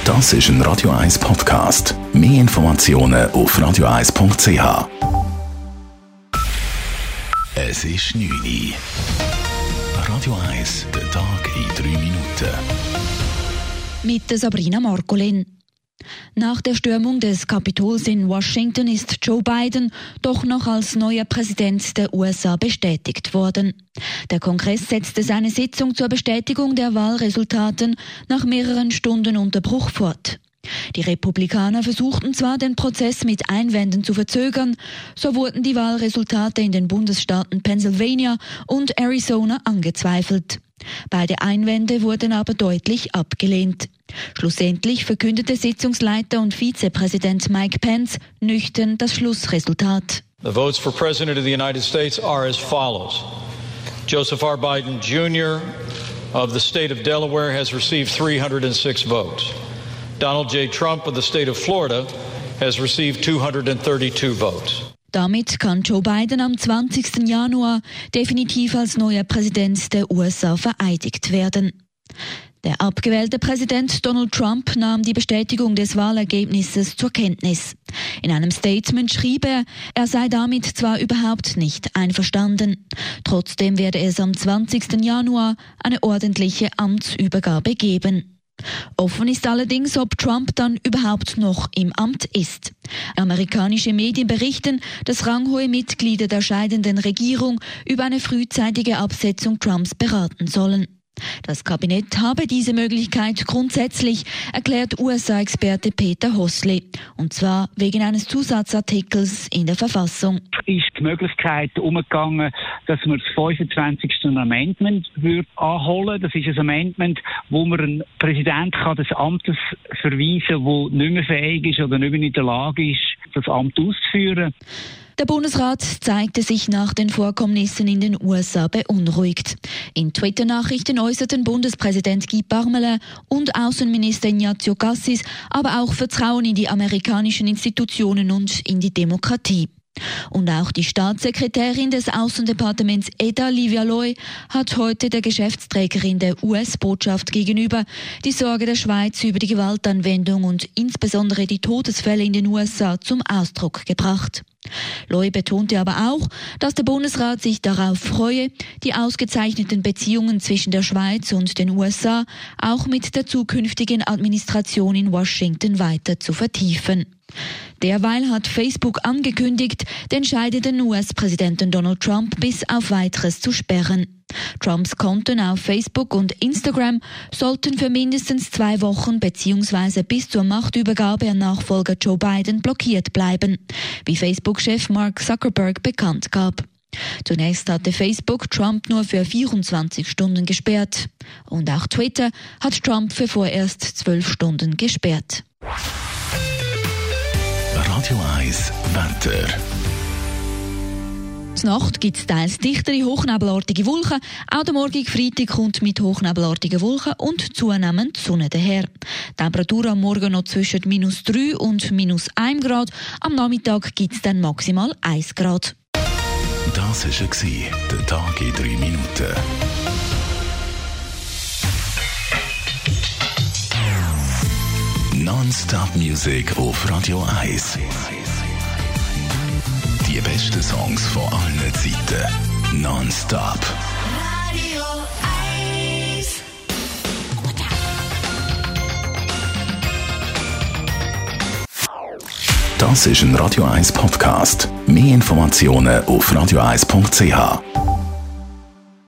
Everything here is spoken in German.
Das ist ein Radio 1 Podcast. Mehr Informationen auf radio1.ch. Es ist 9 Uhr. Radio 1, der Tag in 3 Minuten. Mit Sabrina Marcolin. Nach der Stürmung des Kapitols in Washington ist Joe Biden doch noch als neuer Präsident der USA bestätigt worden. Der Kongress setzte seine Sitzung zur Bestätigung der Wahlresultaten nach mehreren Stunden Unterbruch fort. Die Republikaner versuchten zwar, den Prozess mit Einwänden zu verzögern, so wurden die Wahlresultate in den Bundesstaaten Pennsylvania und Arizona angezweifelt. Beide Einwände wurden aber deutlich abgelehnt. Schlussendlich verkündete Sitzungsleiter und Vizepräsident Mike Pence nüchtern das Schlussresultat. The votes for President of the United States are as follows. Joseph R. Biden Jr. of the state of Delaware has received 306 votes. Donald J. Trump of the state of Florida has received 232 votes. Damit kann Joe Biden am 20. Januar definitiv als neuer Präsident der USA vereidigt werden. Der abgewählte Präsident Donald Trump nahm die Bestätigung des Wahlergebnisses zur Kenntnis. In einem Statement schrieb er sei damit zwar überhaupt nicht einverstanden. Trotzdem werde es am 20. Januar eine ordentliche Amtsübergabe geben. Offen ist allerdings, ob Trump dann überhaupt noch im Amt ist. Amerikanische Medien berichten, dass ranghohe Mitglieder der scheidenden Regierung über eine frühzeitige Absetzung Trumps beraten sollen. Das Kabinett habe diese Möglichkeit grundsätzlich, erklärt USA-Experte Peter Hossli. Und zwar wegen eines Zusatzartikels in der Verfassung. Ist die Möglichkeit umgegangen, dass man das 25. Amendment anholen. Das ist ein Amendment, wo man einen Präsident des Amtes verweisen kann, der nicht mehr fähig ist oder nicht mehr in der Lage ist, das Amt auszuführen. Der Bundesrat zeigte sich nach den Vorkommnissen in den USA beunruhigt. In Twitter-Nachrichten äußerten Bundespräsident Guy Parmelin und Außenminister Ignazio Cassis aber auch Vertrauen in die amerikanischen Institutionen und in die Demokratie. Und auch die Staatssekretärin des Außendepartements Eda Livia Loy hat heute der Geschäftsträgerin der US-Botschaft gegenüber die Sorge der Schweiz über die Gewaltanwendung und insbesondere die Todesfälle in den USA zum Ausdruck gebracht. Loy betonte aber auch, dass der Bundesrat sich darauf freue, die ausgezeichneten Beziehungen zwischen der Schweiz und den USA auch mit der zukünftigen Administration in Washington weiter zu vertiefen. Derweil hat Facebook angekündigt, den scheidenden US-Präsidenten Donald Trump bis auf Weiteres zu sperren. Trumps Konten auf Facebook und Instagram sollten für mindestens 2 Wochen bzw. bis zur Machtübergabe an Nachfolger Joe Biden blockiert bleiben, wie Facebook-Chef Mark Zuckerberg bekannt gab. Zunächst hatte Facebook Trump nur für 24 Stunden gesperrt. Und auch Twitter hat Trump für vorerst 12 Stunden gesperrt. Radio 1 Wetter. Die Nacht gibt es teils dichtere, hochnebelartige Wolken. Auch der morgige Freitag kommt mit hochnebelartigen Wolken und zunehmend Sonne daher. Die Temperatur am Morgen noch zwischen -3 und -1 Grad. Am Nachmittag gibt es dann maximal 1 Grad. Das war der Tag in 3 Minuten. Non-Stop Music auf Radio 1. Die besten Songs von allen Zeiten. Non-Stop. Radio 1. Das ist ein Radio 1 Podcast. Mehr Informationen auf radio1.ch.